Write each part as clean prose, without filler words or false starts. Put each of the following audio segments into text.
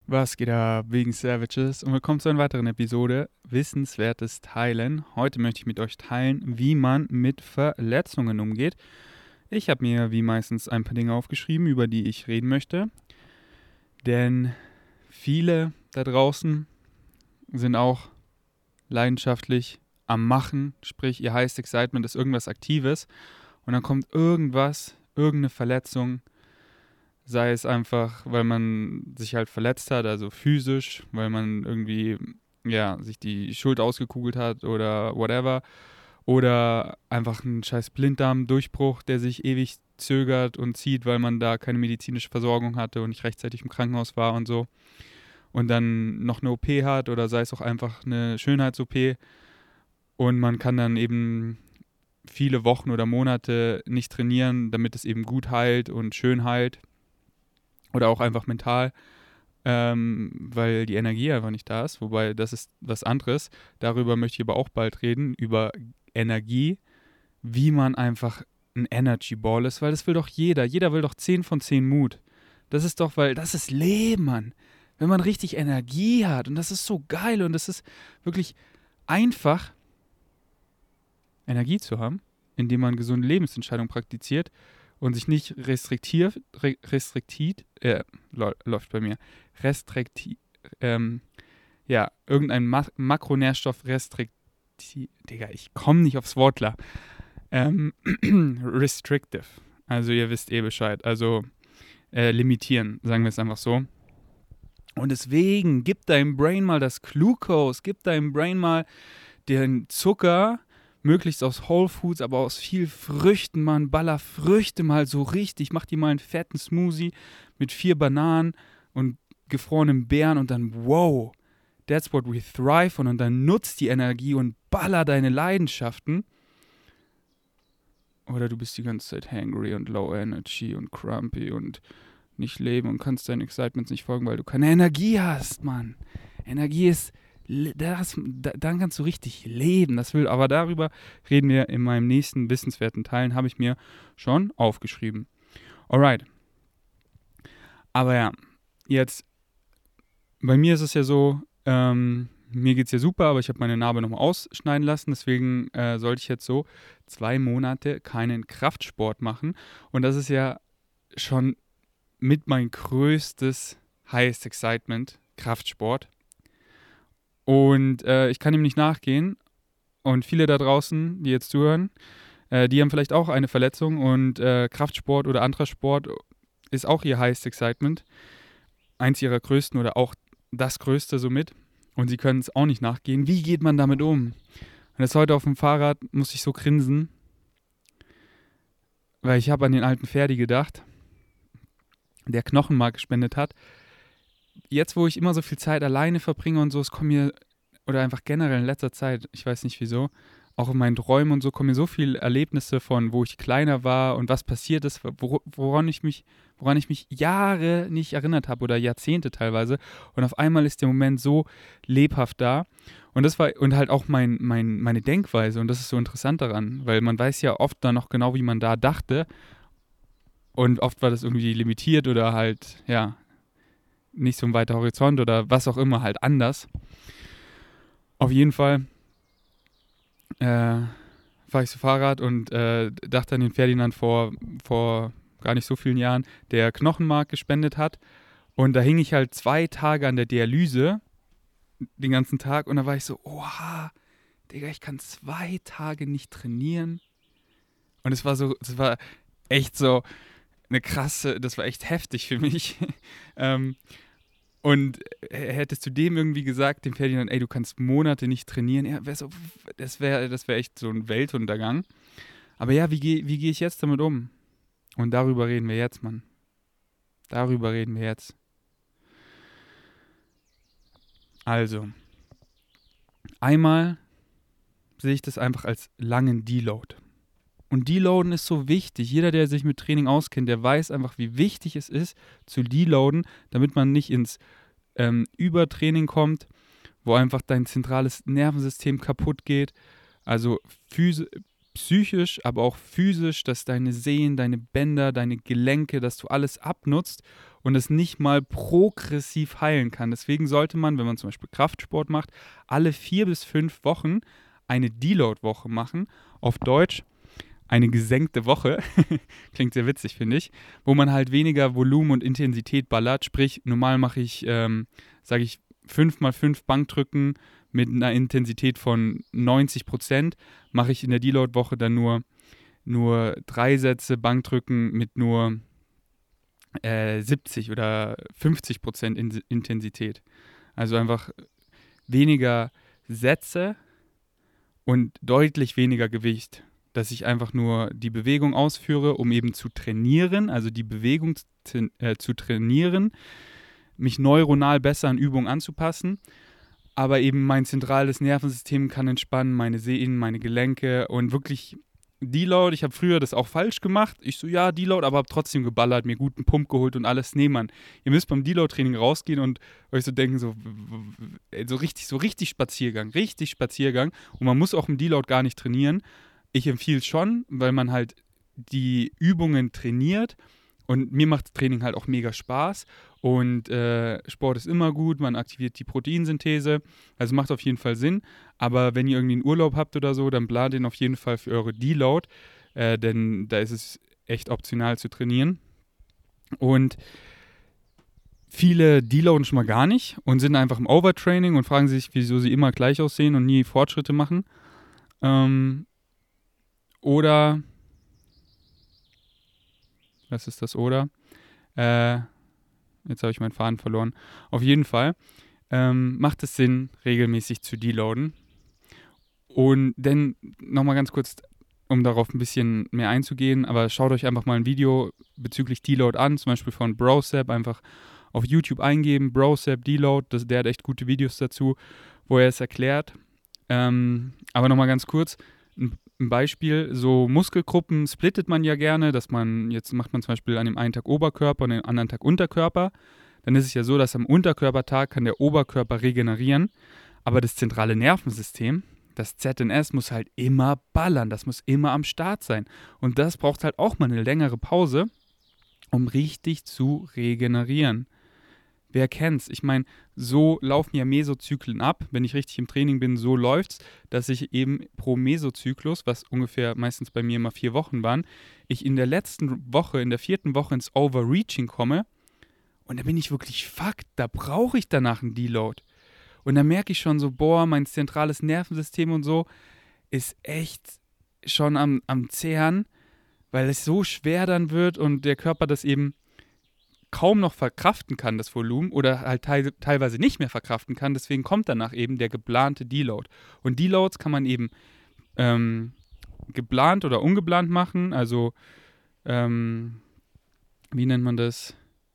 Was geht ab, wegen Savages? Und willkommen zu einer weiteren Episode Wissenswertes Teilen. Heute möchte ich mit euch teilen, wie man mit Verletzungen umgeht. Ich habe mir wie meistens ein paar Dinge aufgeschrieben, über die ich reden möchte. Denn viele da draußen sind auch leidenschaftlich am Machen, sprich ihr Highest Excitement ist irgendwas Aktives und dann kommt irgendwas, irgendeine Verletzung, sei es einfach, weil man sich halt verletzt hat, also physisch, weil man irgendwie, sich die Schulter ausgekugelt hat oder whatever. Oder einfach ein scheiß Blinddarmdurchbruch, der sich ewig zögert und zieht, weil man da keine medizinische Versorgung hatte und nicht rechtzeitig im Krankenhaus war und so. Und dann noch eine OP hat oder sei es auch einfach eine Schönheits-OP. Und man kann dann eben viele Wochen oder Monate nicht trainieren, damit es eben gut heilt und schön heilt. Oder auch einfach mental, weil die Energie einfach nicht da ist. Wobei, das ist was anderes. Darüber möchte ich aber auch bald reden, über Energie, wie man einfach ein Energy Ball ist, weil das will doch jeder. Jeder will doch 10 von 10 Mut. Das ist doch, weil das ist Leben, Mann. Wenn man richtig Energie hat und das ist so geil und das ist wirklich einfach, Energie zu haben, indem man gesunde Lebensentscheidungen praktiziert und sich nicht läuft bei mir, irgendein Makronährstoff Digga, ich komme nicht aufs Wort klar. Restrictive. Also ihr wisst eh Bescheid. Also limitieren, sagen wir es einfach so. Und deswegen, gib deinem Brain mal das Glucose, gib deinem Brain mal den Zucker, möglichst aus Whole Foods, aber aus viel Früchten, Mann. Baller Früchte mal so richtig. Mach dir mal einen fetten Smoothie mit 4 Bananen und gefrorenen Beeren und dann, wow, that's what we thrive on. Und dann nutzt die Energie und baller deine Leidenschaften. Oder du bist die ganze Zeit hangry und low energy und crumpy und nicht leben und kannst deinen Excitements nicht folgen, weil du keine Energie hast, Mann. Energie ist dann kannst du richtig leben. Aber darüber reden wir in meinem nächsten wissenswerten Teilen, habe ich mir schon aufgeschrieben. Alright. Aber ja, jetzt, bei mir ist es ja so, mir geht es ja super, aber ich habe meine Narbe nochmal ausschneiden lassen, deswegen sollte ich jetzt so 2 Monate keinen Kraftsport machen. Und das ist ja schon mit mein größtes Highest Excitement, Kraftsport. Und ich kann ihm nicht nachgehen. Und viele da draußen, die jetzt zuhören, die haben vielleicht auch eine Verletzung und Kraftsport oder anderer Sport ist auch ihr Highest Excitement. Eins ihrer größten oder auch das größte somit. Und sie können es auch nicht nachgehen. Wie geht man damit um? Und jetzt heute auf dem Fahrrad musste ich so grinsen, weil ich habe an den alten Ferdi gedacht, der Knochenmark gespendet hat. Jetzt, wo ich immer so viel Zeit alleine verbringe und so, es kommen mir, oder einfach generell in letzter Zeit, ich weiß nicht wieso, auch in meinen Träumen und so, kommen mir so viele Erlebnisse von, wo ich kleiner war und was passiert ist, woran ich mich Jahre nicht erinnert habe oder Jahrzehnte teilweise. Und auf einmal ist der Moment so lebhaft da. Und das war, und halt auch meine Denkweise. Und das ist so interessant daran, weil man weiß ja oft dann noch genau, wie man da dachte. Und oft war das irgendwie limitiert oder halt, ja, nicht so ein weiter Horizont oder was auch immer, halt anders. Auf jeden Fall fahre ich so Fahrrad und dachte an den Ferdinand vor gar nicht so vielen Jahren, der Knochenmark gespendet hat. Und da hing ich halt 2 Tage an der Dialyse, den ganzen Tag. Und da war ich so, oha, Digga, ich kann 2 Tage nicht trainieren. Und es war echt so das war echt heftig für mich. Und hättest du dem irgendwie gesagt, dem Ferdinand, ey, du kannst Monate nicht trainieren, ja, das wär echt so ein Weltuntergang. Aber ja, wie geh ich jetzt damit um? Und darüber reden wir jetzt, Mann. Darüber reden wir jetzt. Also, einmal sehe ich das einfach als langen Deload. Und Deloaden ist so wichtig. Jeder, der sich mit Training auskennt, der weiß einfach, wie wichtig es ist, zu deloaden, damit man nicht ins Übertraining kommt, wo einfach dein zentrales Nervensystem kaputt geht. Also psychisch, aber auch physisch, dass deine Sehnen, deine Bänder, deine Gelenke, dass du alles abnutzt und es nicht mal progressiv heilen kann. Deswegen sollte man, wenn man zum Beispiel Kraftsport macht, alle 4 bis 5 Wochen eine Deload-Woche machen. Auf Deutsch eine gesenkte Woche. Klingt sehr witzig, finde ich. Wo man halt weniger Volumen und Intensität ballert. Sprich, normal mache ich, sage ich, 5x5 Bankdrücken mit einer Intensität von 90%. Mache ich in der Deload-Woche dann nur 3 Sätze Bankdrücken mit nur 70 oder 50% Intensität. Also einfach weniger Sätze und deutlich weniger Gewicht. Dass ich einfach nur die Bewegung ausführe, um eben zu trainieren, also die Bewegung zu trainieren, mich neuronal besser an Übungen anzupassen, aber eben mein zentrales Nervensystem kann entspannen, meine Sehnen, meine Gelenke und wirklich Deload. Ich habe früher das auch falsch gemacht. Ich so, ja, Deload, aber habe trotzdem geballert, mir guten Pump geholt und alles. Nee, Mann, ihr müsst beim Deload-Training rausgehen und euch so denken, so richtig Spaziergang. Und man muss auch im Deload gar nicht trainieren. Ich empfehle es schon, weil man halt die Übungen trainiert und mir macht das Training halt auch mega Spaß und Sport ist immer gut, man aktiviert die Proteinsynthese, also macht auf jeden Fall Sinn, aber wenn ihr irgendwie einen Urlaub habt oder so, dann plant den auf jeden Fall für eure Deload, denn da ist es echt optional zu trainieren und viele deloaden schon mal gar nicht und sind einfach im Overtraining und fragen sich, wieso sie immer gleich aussehen und nie Fortschritte machen. Oder, was ist das oder? Jetzt habe ich meinen Faden verloren. Auf jeden Fall macht es Sinn, regelmäßig zu deloaden. Und dann nochmal ganz kurz, um darauf ein bisschen mehr einzugehen, aber schaut euch einfach mal ein Video bezüglich Deload an, zum Beispiel von Brosep, einfach auf YouTube eingeben, Brosep Deload, der hat echt gute Videos dazu, wo er es erklärt. Aber nochmal ganz kurz, ein Beispiel, so Muskelgruppen splittet man ja gerne, jetzt macht man zum Beispiel an dem einen Tag Oberkörper und an dem anderen Tag Unterkörper. Dann ist es ja so, dass am Unterkörpertag kann der Oberkörper regenerieren, aber das zentrale Nervensystem, das ZNS, muss halt immer ballern, das muss immer am Start sein. Und das braucht halt auch mal eine längere Pause, um richtig zu regenerieren. Wer kennt's? Ich meine, so laufen ja Mesozyklen ab. Wenn ich richtig im Training bin, so läuft's, dass ich eben pro Mesozyklus, was ungefähr meistens bei mir immer 4 Wochen waren, ich in der letzten Woche, in der 4. Woche ins Overreaching komme und da bin ich wirklich, fuck, da brauche ich danach einen Deload. Und da merke ich schon so, boah, mein zentrales Nervensystem und so ist echt schon am Zehren, weil es so schwer dann wird und der Körper das eben kaum noch verkraften kann, das Volumen, oder halt teilweise nicht mehr verkraften kann. Deswegen kommt danach eben der geplante Deload. Und Deloads kann man eben geplant oder ungeplant machen. Also, wie nennt man das?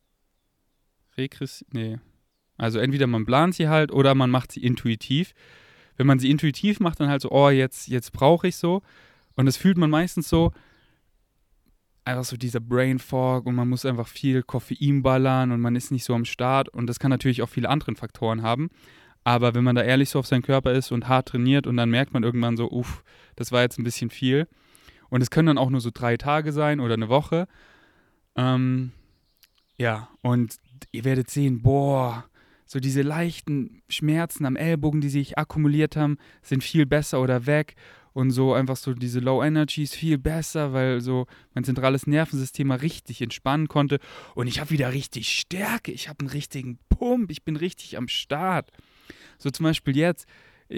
Also entweder man plant sie halt oder man macht sie intuitiv. Wenn man sie intuitiv macht, dann halt so, oh, jetzt brauche ich so. Und das fühlt man meistens so, einfach so dieser Brain Fog und man muss einfach viel Koffein ballern und man ist nicht so am Start und das kann natürlich auch viele andere Faktoren haben, aber wenn man da ehrlich so auf seinen Körper ist und hart trainiert und dann merkt man irgendwann so, das war jetzt ein bisschen viel und es können dann auch nur so 3 Tage sein oder eine Woche, ja, und ihr werdet sehen, boah, so diese leichten Schmerzen am Ellbogen, die sich akkumuliert haben, sind viel besser oder weg. Und so einfach so diese Low Energy ist viel besser, weil so mein zentrales Nervensystem mal richtig entspannen konnte. Und ich habe wieder richtig Stärke, ich habe einen richtigen Pump, ich bin richtig am Start. So zum Beispiel jetzt,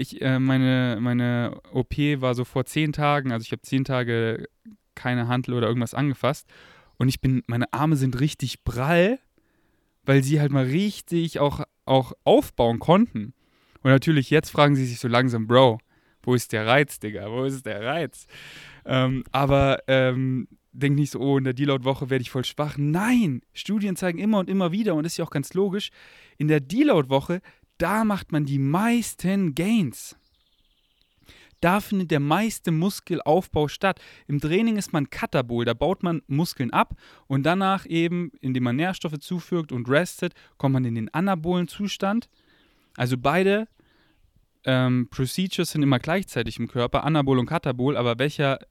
meine OP war so vor 10 Tagen, also ich habe 10 Tage keine Hantel oder irgendwas angefasst. Und meine Arme sind richtig prall, weil sie halt mal richtig auch aufbauen konnten. Und natürlich jetzt fragen sie sich so langsam, Bro, wo ist der Reiz, Digga? Wo ist der Reiz? Aber denk nicht so, oh, in der Deload-Woche werde ich voll schwach. Nein, Studien zeigen immer und immer wieder, und das ist ja auch ganz logisch, in der Deload-Woche, da macht man die meisten Gains. Da findet der meiste Muskelaufbau statt. Im Training ist man Katabol, da baut man Muskeln ab und danach eben, indem man Nährstoffe zufügt und restet, kommt man in den anabolen Zustand. Also beide Procedures sind immer gleichzeitig im Körper, Anabol und Katabol, aber welcher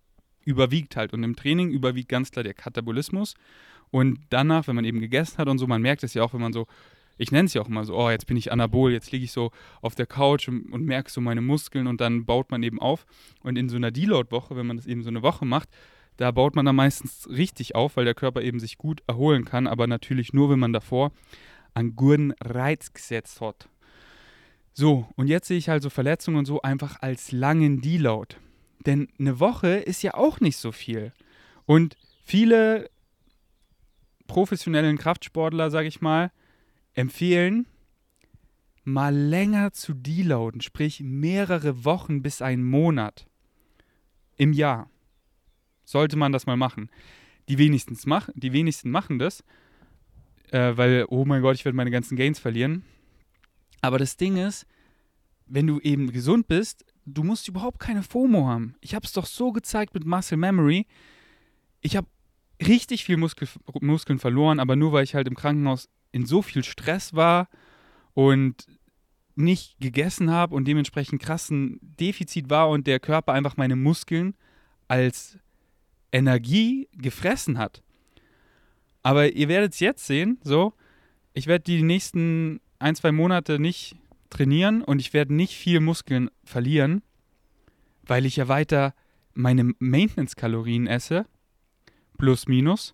überwiegt halt. Und im Training überwiegt ganz klar der Katabolismus. Und danach, wenn man eben gegessen hat und so, man merkt es ja auch, wenn man so, ich nenne es ja auch immer so, oh, jetzt bin ich Anabol, jetzt liege ich so auf der Couch und merke so meine Muskeln und dann baut man eben auf. Und in so einer Deload-Woche, wenn man das eben so eine Woche macht, da baut man dann meistens richtig auf, weil der Körper eben sich gut erholen kann, aber natürlich nur, wenn man davor einen guten Reiz gesetzt hat. So, und jetzt sehe ich halt so Verletzungen und so einfach als langen Deload. Denn eine Woche ist ja auch nicht so viel. Und viele professionellen Kraftsportler, sage ich mal, empfehlen, mal länger zu deloaden, sprich mehrere Wochen bis einen Monat im Jahr. Sollte man das mal machen. Die wenigsten machen das, weil, oh mein Gott, ich werde meine ganzen Gains verlieren. Aber das Ding ist, wenn du eben gesund bist, du musst überhaupt keine FOMO haben. Ich habe es doch so gezeigt mit Muscle Memory. Ich habe richtig viel Muskeln verloren, aber nur weil ich halt im Krankenhaus in so viel Stress war und nicht gegessen habe und dementsprechend krassen Defizit war und der Körper einfach meine Muskeln als Energie gefressen hat. Aber ihr werdet es jetzt sehen, so, ich werde die nächsten 1-2 Monate nicht trainieren und ich werde nicht viel Muskeln verlieren, weil ich ja weiter meine Maintenance-Kalorien esse, plus minus,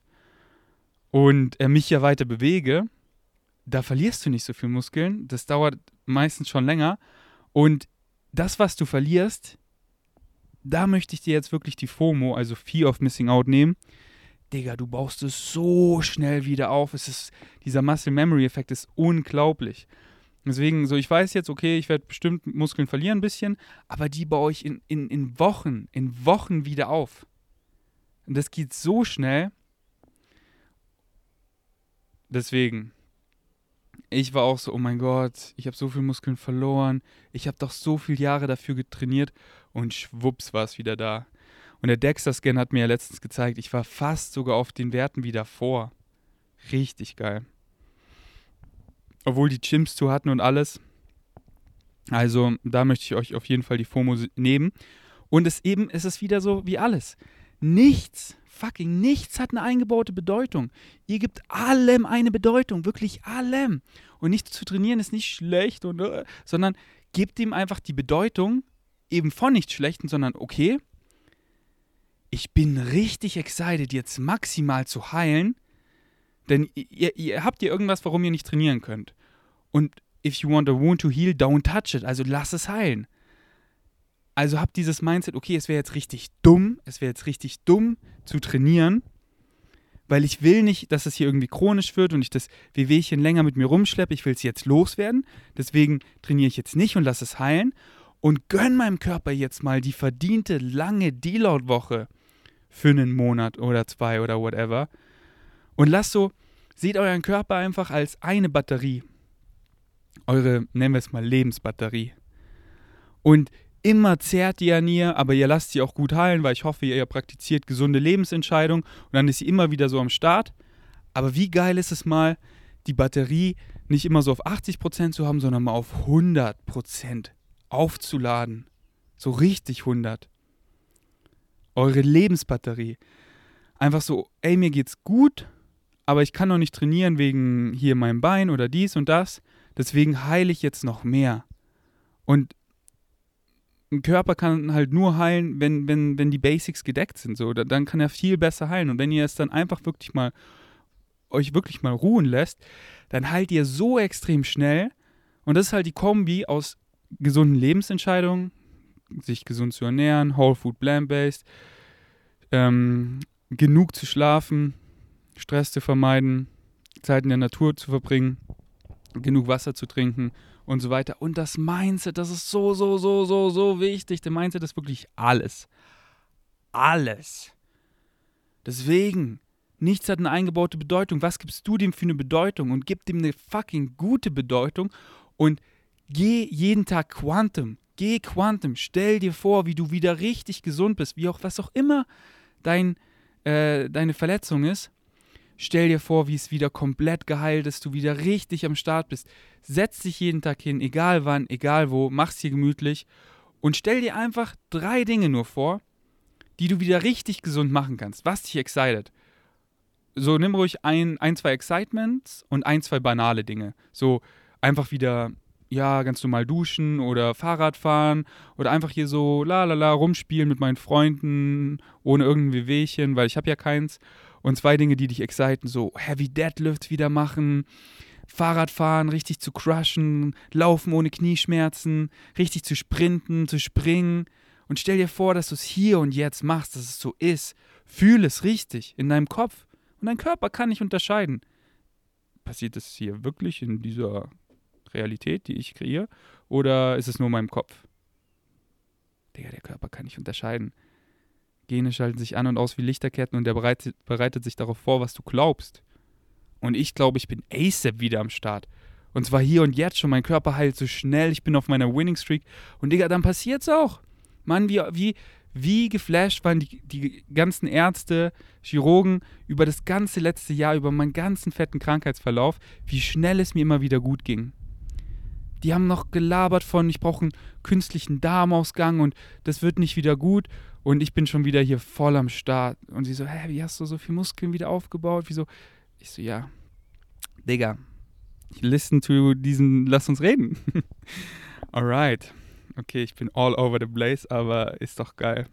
und mich ja weiter bewege. Da verlierst du nicht so viel Muskeln, das dauert meistens schon länger und das, was du verlierst, da möchte ich dir jetzt wirklich die FOMO, also Fear of Missing Out, nehmen. Digga, du baust es so schnell wieder auf. Dieser Muscle-Memory-Effekt ist unglaublich. Deswegen, so ich weiß jetzt, okay, ich werde bestimmt Muskeln verlieren ein bisschen, aber die baue ich in Wochen wieder auf. Und das geht so schnell. Deswegen, ich war auch so, oh mein Gott, ich habe so viel Muskeln verloren. Ich habe doch so viele Jahre dafür getrainiert und schwupps war es wieder da. Und der DEXA-Scan hat mir ja letztens gezeigt, ich war fast sogar auf den Werten wie davor. Richtig geil. Obwohl die Gyms zu hatten und alles. Also da möchte ich euch auf jeden Fall die FOMO nehmen. Und es ist wieder so wie alles. Nichts hat eine eingebaute Bedeutung. Ihr gebt allem eine Bedeutung, wirklich allem. Und nicht zu trainieren ist nicht schlecht, sondern gebt ihm einfach die Bedeutung eben von nichts Schlechten, sondern okay, ich bin richtig excited, jetzt maximal zu heilen, denn ihr habt ja irgendwas, warum ihr nicht trainieren könnt. Und if you want a wound to heal, don't touch it. Also lass es heilen. Also habt dieses Mindset, okay, es wäre jetzt richtig dumm zu trainieren, weil ich will nicht, dass es hier irgendwie chronisch wird und ich das Wehwehchen länger mit mir rumschleppe. Ich will es jetzt loswerden. Deswegen trainiere ich jetzt nicht und lasse es heilen und gönn meinem Körper jetzt mal die verdiente lange Deload-Woche für einen Monat oder 2 oder whatever. Und seht euren Körper einfach als eine Batterie. Eure, nennen wir es mal Lebensbatterie. Und immer zehrt ihr an ihr, aber ihr lasst sie auch gut heilen, weil ich hoffe, ihr praktiziert gesunde Lebensentscheidungen und dann ist sie immer wieder so am Start. Aber wie geil ist es mal, die Batterie nicht immer so auf 80% zu haben, sondern mal auf 100% aufzuladen. So richtig 100. Eure Lebensbatterie. Einfach so, ey, mir geht's gut, aber ich kann noch nicht trainieren wegen hier meinem Bein oder dies und das. Deswegen heile ich jetzt noch mehr. Und ein Körper kann halt nur heilen, wenn die Basics gedeckt sind. So. Dann kann er viel besser heilen. Und wenn ihr es dann einfach euch wirklich mal ruhen lässt, dann heilt ihr so extrem schnell. Und das ist halt die Kombi aus gesunden Lebensentscheidungen, sich gesund zu ernähren, Whole Food Plant-Based, genug zu schlafen, Stress zu vermeiden, Zeit in der Natur zu verbringen, genug Wasser zu trinken und so weiter. Und das Mindset, das ist so wichtig. Der Mindset ist wirklich alles. Alles. Deswegen, nichts hat eine eingebaute Bedeutung. Was gibst du dem für eine Bedeutung? Und gib dem eine fucking gute Bedeutung und geh jeden Tag Quantum. Geh Quantum. Stell dir vor, wie du wieder richtig gesund bist, was auch immer deine Verletzung ist. Stell dir vor, wie es wieder komplett geheilt ist, du wieder richtig am Start bist. Setz dich jeden Tag hin, egal wann, egal wo, mach's dir gemütlich und stell dir einfach 3 Dinge nur vor, die du wieder richtig gesund machen kannst, was dich excited. So, nimm ruhig zwei Excitements und zwei banale Dinge. So, einfach wieder, ja, ganz normal duschen oder Fahrrad fahren oder einfach hier so rumspielen mit meinen Freunden, ohne irgendein Wehwehchen, weil ich habe ja keins. Und 2 Dinge, die dich exciten, so Heavy Deadlifts wieder machen, Fahrrad fahren, richtig zu crushen, laufen ohne Knieschmerzen, richtig zu sprinten, zu springen. Und stell dir vor, dass du es hier und jetzt machst, dass es so ist. Fühl es richtig in deinem Kopf. Und dein Körper kann nicht unterscheiden. Passiert es hier wirklich in dieser Realität, die ich kreiere? Oder ist es nur in meinem Kopf? Digga, der Körper kann nicht unterscheiden. Gene schalten sich an und aus wie Lichterketten und der bereitet sich darauf vor, was du glaubst. Und ich glaube, ich bin ASAP wieder am Start. Und zwar hier und jetzt schon. Mein Körper heilt so schnell. Ich bin auf meiner Winning Streak. Und Digga, dann passiert's auch. Mann, wie geflasht waren die ganzen Ärzte, Chirurgen über das ganze letzte Jahr, über meinen ganzen fetten Krankheitsverlauf, wie schnell es mir immer wieder gut ging. Die haben noch gelabert von, ich brauche einen künstlichen Darmausgang und das wird nicht wieder gut. Und ich bin schon wieder hier voll am Start. Und sie so, wie hast du so viel Muskeln wieder aufgebaut? Wieso? Ich so, ja, Digga, listen to diesen, lass uns reden. Alright. Okay, ich bin all over the place, aber ist doch geil.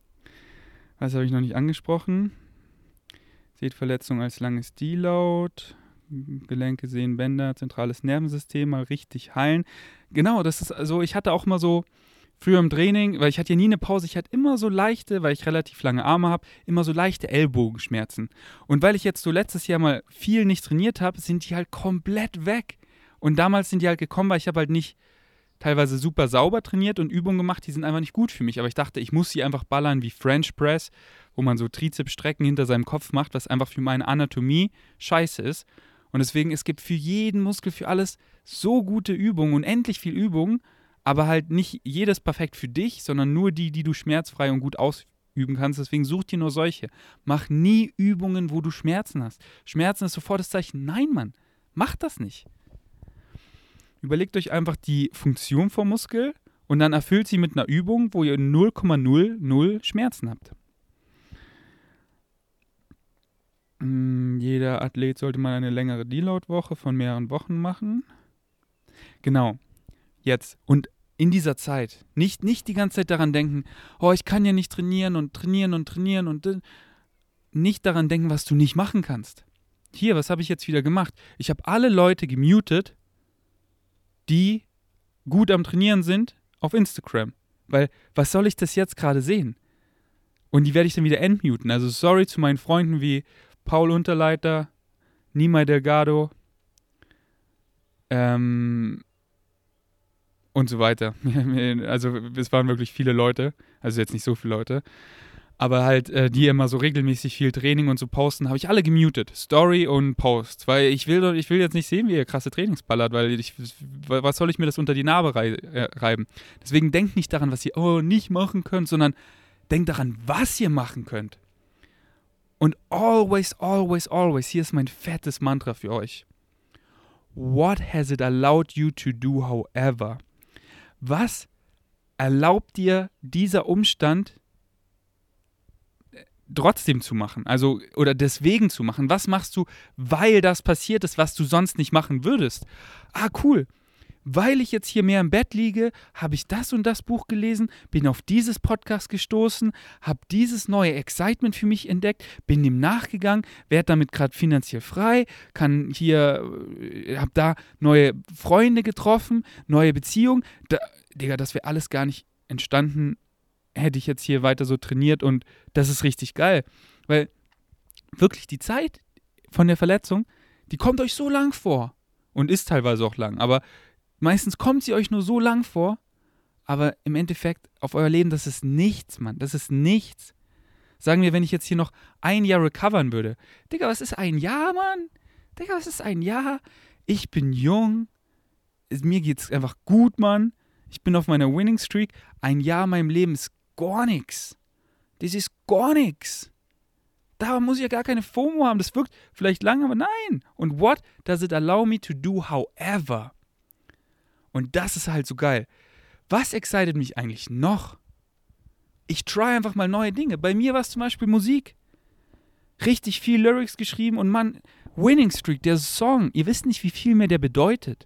Was habe ich noch nicht angesprochen? Seht Verletzung als langes Deload. Gelenke, Sehnen, Bänder, zentrales Nervensystem mal richtig heilen. Genau, das ist also, ich hatte auch mal so früher im Training, weil ich hatte ja nie eine Pause, ich hatte immer so leichte, weil ich relativ lange Arme habe, immer so leichte Ellbogenschmerzen. Und weil ich jetzt so letztes Jahr mal viel nicht trainiert habe, sind die halt komplett weg. Und damals sind die halt gekommen, weil ich habe halt nicht teilweise super sauber trainiert und Übungen gemacht, die sind einfach nicht gut für mich. Aber ich dachte, ich muss sie einfach ballern wie French Press, wo man so Trizepsstrecken hinter seinem Kopf macht, was einfach für meine Anatomie scheiße ist. Und deswegen, es gibt für jeden Muskel, für alles so gute Übungen, unendlich viel Übungen, aber halt nicht jedes perfekt für dich, sondern nur die du schmerzfrei und gut ausüben kannst. Deswegen such dir nur solche. Mach nie Übungen, wo du Schmerzen hast. Schmerzen ist sofort das Zeichen. Nein, Mann, mach das nicht. Überlegt euch einfach die Funktion vom Muskel und dann erfüllt sie mit einer Übung, wo ihr 0,00 Schmerzen habt. Jeder Athlet sollte mal eine längere Deload-Woche von mehreren Wochen machen. Genau, jetzt. Und in dieser Zeit nicht die ganze Zeit daran denken, oh, ich kann ja nicht trainieren und nicht daran denken, was du nicht machen kannst. Hier, was habe ich jetzt wieder gemacht? Ich habe alle Leute gemutet, die gut am Trainieren sind, auf Instagram. Weil, was soll ich das jetzt gerade sehen? Und die werde ich dann wieder entmuten. Also sorry zu meinen Freunden wie Paul Unterleiter, Nimai Delgado, und so weiter. Also es waren wirklich viele Leute, also jetzt nicht so viele Leute, aber halt, die immer so regelmäßig viel Training und so posten, habe ich alle gemutet. Story und Post, weil ich will jetzt nicht sehen, wie ihr krasse Trainings ballert, weil was soll ich mir das unter die Narbe reiben? Deswegen denkt nicht daran, was ihr nicht machen könnt, sondern denkt daran, was ihr machen könnt. Und always, always, always, hier ist mein fettes Mantra für euch. What has it allowed you to do, however? Was erlaubt dir dieser Umstand trotzdem zu machen? Also, oder deswegen zu machen? Was machst du, weil das passiert ist, was du sonst nicht machen würdest? Ah, cool. Weil ich jetzt hier mehr im Bett liege, habe ich das und das Buch gelesen, bin auf dieses Podcast gestoßen, habe dieses neue Excitement für mich entdeckt, bin dem nachgegangen, werde damit gerade finanziell frei, kann hier, habe da neue Freunde getroffen, neue Beziehungen. Digga, das wäre alles gar nicht entstanden, hätte ich jetzt hier weiter so trainiert und das ist richtig geil. Weil wirklich die Zeit von der Verletzung, die kommt euch so lang vor und ist teilweise auch lang, aber meistens kommt sie euch nur so lang vor, aber im Endeffekt auf euer Leben, das ist nichts, Mann. Das ist nichts. Sagen wir, wenn ich jetzt hier noch 1 Jahr recovern würde. Digga, was ist 1 Jahr, Mann? Digga, was ist 1 Jahr? Ich bin jung. Mir geht's einfach gut, Mann. Ich bin auf meiner Winning Streak. 1 Jahr in meinem Leben ist gar nichts. Das ist gar nichts. Da muss ich ja gar keine FOMO haben. Das wirkt vielleicht lang, aber nein. Und what does it allow me to do, however? Und das ist halt so geil. Was excited mich eigentlich noch? Ich try einfach mal neue Dinge. Bei mir war es zum Beispiel Musik. Richtig viel Lyrics geschrieben und Mann, Winning Streak, der Song, ihr wisst nicht, wie viel mir der bedeutet.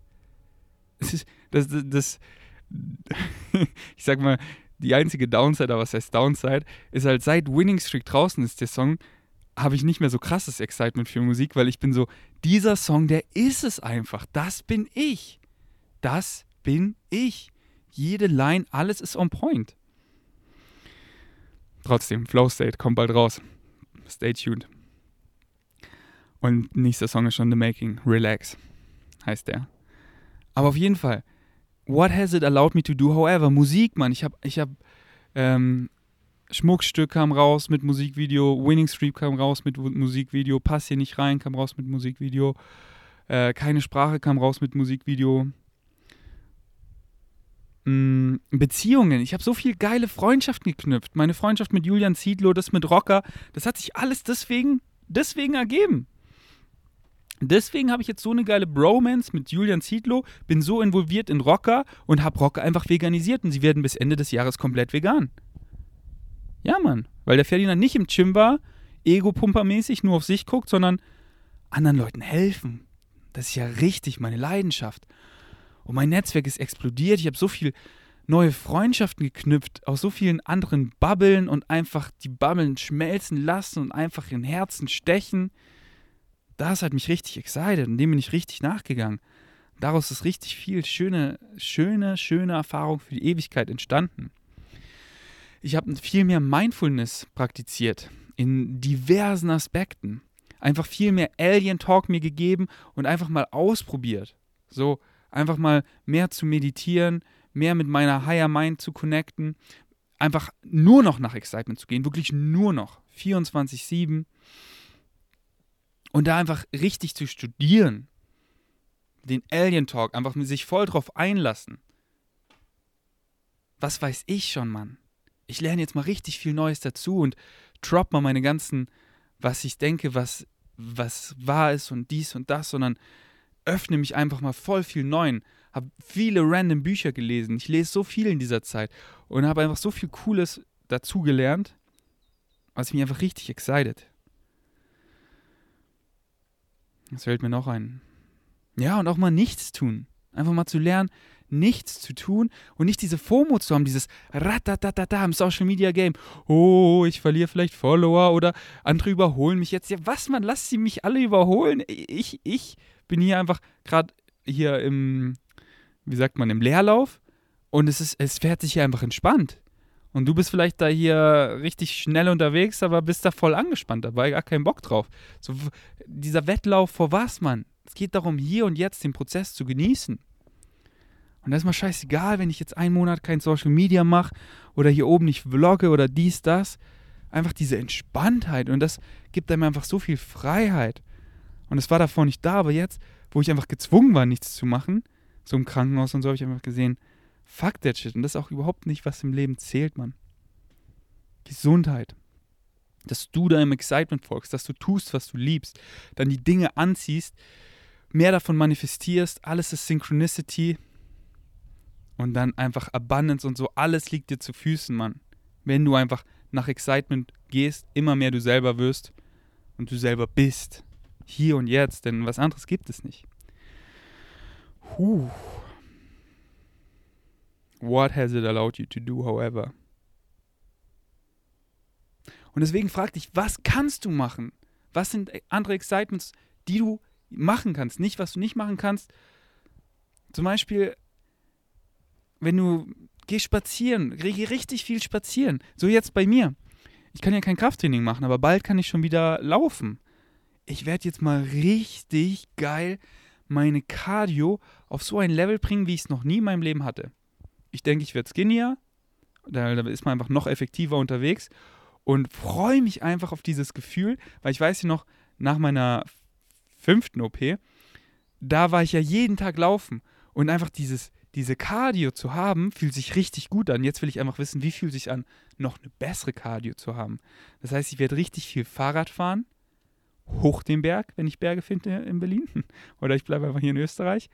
Ich sag mal, die einzige Downside, aber was heißt Downside, ist halt, seit Winning Streak draußen ist der Song, habe ich nicht mehr so krasses Excitement für Musik, weil ich bin so, dieser Song, der ist es einfach. Das bin ich. Das bin ich. Jede Line, alles ist on point. Trotzdem, Flow State kommt bald raus. Stay tuned. Und nächster Song ist schon The Making. Relax heißt der. Aber auf jeden Fall, what has it allowed me to do? However, Musik, Mann. Ich hab Schmuckstück kam raus mit Musikvideo, Winning Streak kam raus mit Musikvideo, Pass hier nicht rein kam raus mit Musikvideo, Keine Sprache kam raus mit Musikvideo. Beziehungen, ich habe so viel geile Freundschaften geknüpft. Meine Freundschaft mit Julian Zietlow, das mit Rocker, das hat sich alles deswegen ergeben. Deswegen habe ich jetzt so eine geile Bromance mit Julian Zietlow, bin so involviert in Rocker und habe Rocker einfach veganisiert und sie werden bis Ende des Jahres komplett vegan. Ja, Mann, weil der Ferdinand nicht im Gym war, Ego-Pumper-mäßig nur auf sich guckt, sondern anderen Leuten helfen. Das ist ja richtig meine Leidenschaft. Und mein Netzwerk ist explodiert. Ich habe so viel neue Freundschaften geknüpft aus so vielen anderen Bubbeln und einfach die Bubbeln schmelzen lassen und einfach in Herzen stechen. Das hat mich richtig excited und dem bin ich richtig nachgegangen. Daraus ist richtig viel schöne Erfahrung für die Ewigkeit entstanden. Ich habe viel mehr Mindfulness praktiziert in diversen Aspekten. Einfach viel mehr Alien Talk mir gegeben und einfach mal ausprobiert. So einfach mal mehr zu meditieren, mehr mit meiner Higher Mind zu connecten, einfach nur noch nach Excitement zu gehen, wirklich nur noch, 24/7 und da einfach richtig zu studieren, den Alien Talk, einfach sich voll drauf einlassen. Was weiß ich schon, Mann? Ich lerne jetzt mal richtig viel Neues dazu und drop mal meine ganzen, was ich denke, was wahr ist und dies und das, sondern öffne mich einfach mal voll viel Neuen. Habe viele random Bücher gelesen. Ich lese so viel in dieser Zeit und habe einfach so viel Cooles dazugelernt, was mich einfach richtig excited. Das fällt mir noch ein. Ja, und auch mal nichts tun. Einfach mal zu lernen, nichts zu tun und nicht diese FOMO zu haben, dieses Ratatatata im Social Media Game. Oh, ich verliere vielleicht Follower oder andere überholen mich jetzt. Ja, was, Mann, lass sie mich alle überholen. Ich bin hier einfach gerade hier im Leerlauf und es fährt sich hier einfach entspannt. Und du bist vielleicht da hier richtig schnell unterwegs, aber bist da voll angespannt dabei, gar keinen Bock drauf. So, dieser Wettlauf vor was, Mann? Es geht darum, hier und jetzt den Prozess zu genießen. Und das ist mal scheißegal, wenn ich jetzt einen Monat kein Social Media mache oder hier oben nicht vlogge oder dies, das. Einfach diese Entspanntheit und das gibt einem einfach so viel Freiheit. Und es war davor nicht da, aber jetzt, wo ich einfach gezwungen war, nichts zu machen, so im Krankenhaus und so, habe ich einfach gesehen, fuck that shit. Und das ist auch überhaupt nicht, was im Leben zählt, Mann. Gesundheit. Dass du deinem Excitement folgst, dass du tust, was du liebst, dann die Dinge anziehst, mehr davon manifestierst, alles ist Synchronicity und dann einfach Abundance und so, alles liegt dir zu Füßen, Mann. Wenn du einfach nach Excitement gehst, immer mehr du selber wirst und du selber bist. Hier und jetzt, denn was anderes gibt es nicht. What has it allowed you to do, however? Und deswegen frag dich, was kannst du machen? Was sind andere Excitements, die du machen kannst? Nicht, was du nicht machen kannst. Zum Beispiel, wenn du gehst spazieren, geh richtig viel spazieren. So jetzt bei mir. Ich kann ja kein Krafttraining machen, aber bald kann ich schon wieder laufen. Ich werde jetzt mal richtig geil meine Cardio auf so ein Level bringen, wie ich es noch nie in meinem Leben hatte. Ich denke, ich werde skinnier, da ist man einfach noch effektiver unterwegs und freue mich einfach auf dieses Gefühl, weil ich weiß ja noch, nach meiner 5. OP, da war ich ja jeden Tag laufen und einfach diese Cardio zu haben, fühlt sich richtig gut an. Jetzt will ich einfach wissen, wie fühlt sich an, noch eine bessere Cardio zu haben. Das heißt, ich werde richtig viel Fahrrad fahren, hoch den Berg, wenn ich Berge finde in Berlin. Oder ich bleibe einfach hier in Österreich.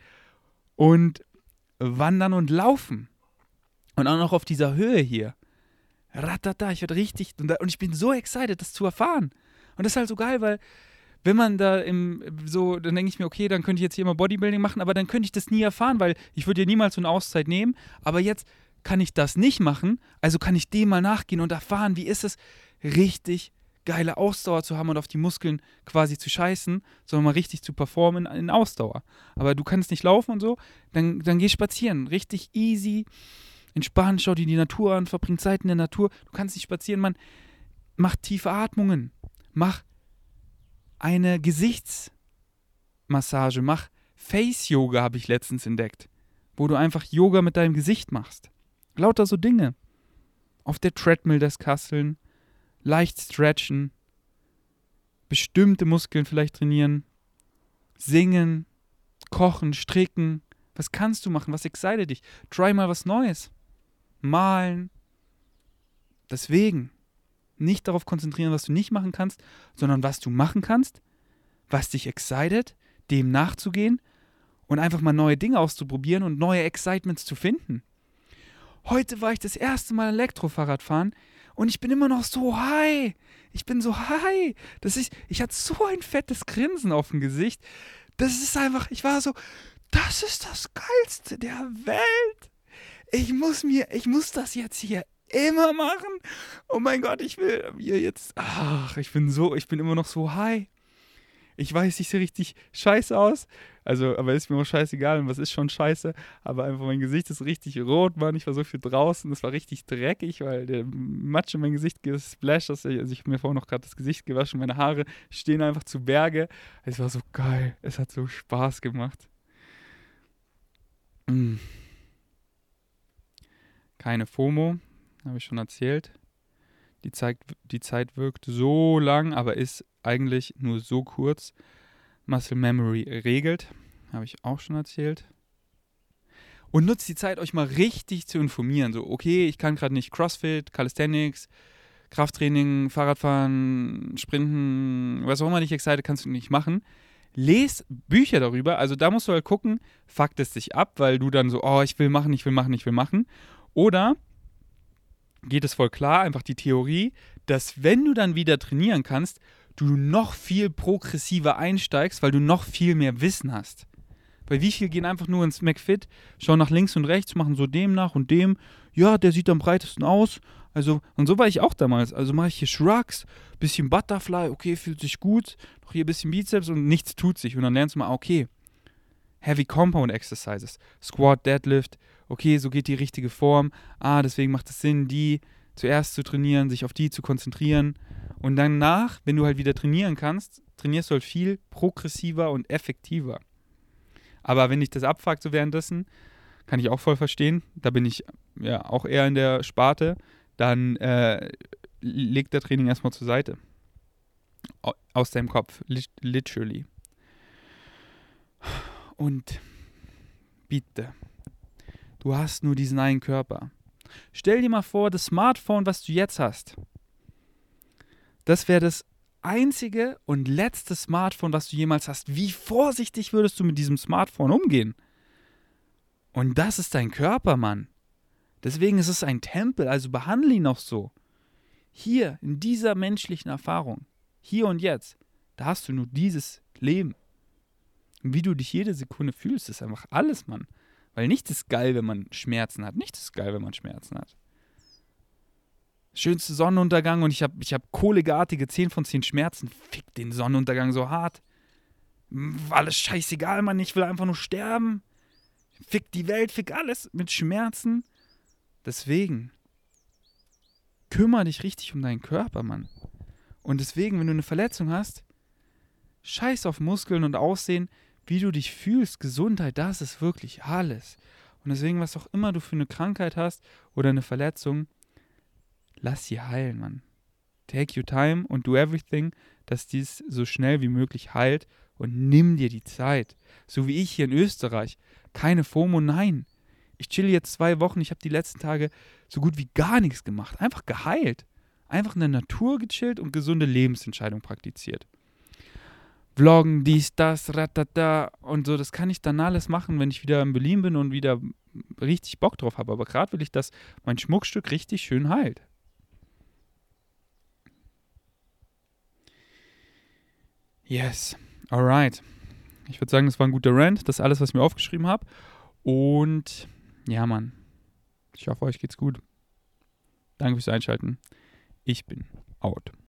Und wandern und laufen. Und auch noch auf dieser Höhe hier. ratata, ich werde richtig, und ich bin so excited, das zu erfahren. Und das ist halt so geil, weil wenn man da dann denke ich mir, okay, dann könnte ich jetzt hier mal Bodybuilding machen, aber dann könnte ich das nie erfahren, weil ich würde ja niemals so eine Auszeit nehmen, aber jetzt kann ich das nicht machen, also kann ich dem mal nachgehen und erfahren, wie ist es, richtig geile Ausdauer zu haben und auf die Muskeln quasi zu scheißen, sondern mal richtig zu performen in Ausdauer. Aber du kannst nicht laufen und so, dann geh spazieren, richtig easy, entspannt, schau dir die Natur an, verbring Zeit in der Natur, du kannst nicht spazieren, Mann, mach tiefe Atmungen, mach eine Gesichtsmassage, mach Face-Yoga, habe ich letztens entdeckt, wo du einfach Yoga mit deinem Gesicht machst. Lauter so Dinge. Auf der Treadmill das Kasseln, leicht stretchen, bestimmte Muskeln vielleicht trainieren, singen, kochen, stricken. Was kannst du machen? Was excited dich? Try mal was Neues. Malen. Deswegen nicht darauf konzentrieren, was du nicht machen kannst, sondern was du machen kannst, was dich excited, dem nachzugehen und einfach mal neue Dinge auszuprobieren und neue Excitements zu finden. Heute war ich das erste Mal Elektrofahrrad fahren und ich bin immer noch so high. Ich bin so high. Ich hatte so ein fettes Grinsen auf dem Gesicht. Das ist einfach, ich war so, das ist das Geilste der Welt. Ich muss das jetzt hier immer machen. Oh mein Gott, ich will mir jetzt, ich bin immer noch so high. Ich weiß, ich sehe richtig scheiße aus. Also, aber ist mir auch scheißegal. Und was ist schon scheiße? Aber einfach mein Gesicht ist richtig rot, Mann. Ich war so viel draußen. Es war richtig dreckig, weil der Matsch in mein Gesicht gesplasht ist. Also, ich habe mir vorhin noch gerade das Gesicht gewaschen. Meine Haare stehen einfach zu Berge. Es war so geil. Es hat so Spaß gemacht. Keine FOMO, habe ich schon erzählt. Die Zeit wirkt so lang, aber ist eigentlich nur so kurz. Muscle Memory regelt, habe ich auch schon erzählt. Und nutzt die Zeit, euch mal richtig zu informieren. So, okay, ich kann gerade nicht CrossFit, Calisthenics, Krafttraining, Fahrradfahren, Sprinten, was auch immer dich excited, kannst du nicht machen. Lest Bücher darüber, also da musst du halt gucken, fuckt es dich ab, weil du dann so, ich will machen. Oder geht es voll klar, einfach die Theorie, dass wenn du dann wieder trainieren kannst, du noch viel progressiver einsteigst, weil du noch viel mehr Wissen hast. Weil wie viele gehen einfach nur ins McFit, schauen nach links und rechts, machen so dem nach und dem, ja, der sieht am breitesten aus. Also, und so war ich auch damals. Also mache ich hier Shrugs, bisschen Butterfly, okay, fühlt sich gut, noch hier ein bisschen Bizeps und nichts tut sich. Und dann lernst du mal, okay, Heavy Compound Exercises, Squat, Deadlift, okay, so geht die richtige Form. Deswegen macht es Sinn, die zuerst zu trainieren, sich auf die zu konzentrieren. Und danach, wenn du halt wieder trainieren kannst, trainierst du halt viel progressiver und effektiver. Aber wenn dich das abfuckt so währenddessen, kann ich auch voll verstehen. Da bin ich ja auch eher in der Sparte. Dann legt der Training erstmal zur Seite. Aus deinem Kopf. Literally. Und bitte, du hast nur diesen einen Körper. Stell dir mal vor, das Smartphone, was du jetzt hast, das wäre das einzige und letzte Smartphone, was du jemals hast. Wie vorsichtig würdest du mit diesem Smartphone umgehen? Und das ist dein Körper, Mann. Deswegen ist es ein Tempel, also behandle ihn auch so. Hier, in dieser menschlichen Erfahrung, hier und jetzt, da hast du nur dieses Leben. Und wie du dich jede Sekunde fühlst, ist einfach alles, Mann. Weil nichts ist geil, wenn man Schmerzen hat. Schönste Sonnenuntergang und ich hab kohleartige 10 von 10 Schmerzen. Fick den Sonnenuntergang so hart. Alles scheißegal, Mann. Ich will einfach nur sterben. Fick die Welt, fick alles mit Schmerzen. Deswegen, kümmere dich richtig um deinen Körper, Mann. Und deswegen, wenn du eine Verletzung hast, scheiß auf Muskeln und Aussehen, wie du dich fühlst, Gesundheit, das ist wirklich alles. Und deswegen, was auch immer du für eine Krankheit hast oder eine Verletzung, lass sie heilen, Mann. Take your time and do everything, dass dies so schnell wie möglich heilt und nimm dir die Zeit. So wie ich hier in Österreich. Keine FOMO, nein. Ich chill jetzt 2 Wochen, ich habe die letzten Tage so gut wie gar nichts gemacht. Einfach geheilt. Einfach in der Natur gechillt und gesunde Lebensentscheidungen praktiziert. Vloggen, dies, das, ratata und so, das kann ich dann alles machen, wenn ich wieder in Berlin bin und wieder richtig Bock drauf habe. Aber gerade will ich, dass mein Schmuckstück richtig schön heilt. Yes, alright. Ich würde sagen, das war ein guter Rant. Das ist alles, was ich mir aufgeschrieben habe. Und ja, Mann, ich hoffe, euch geht's gut. Danke fürs Einschalten. Ich bin out.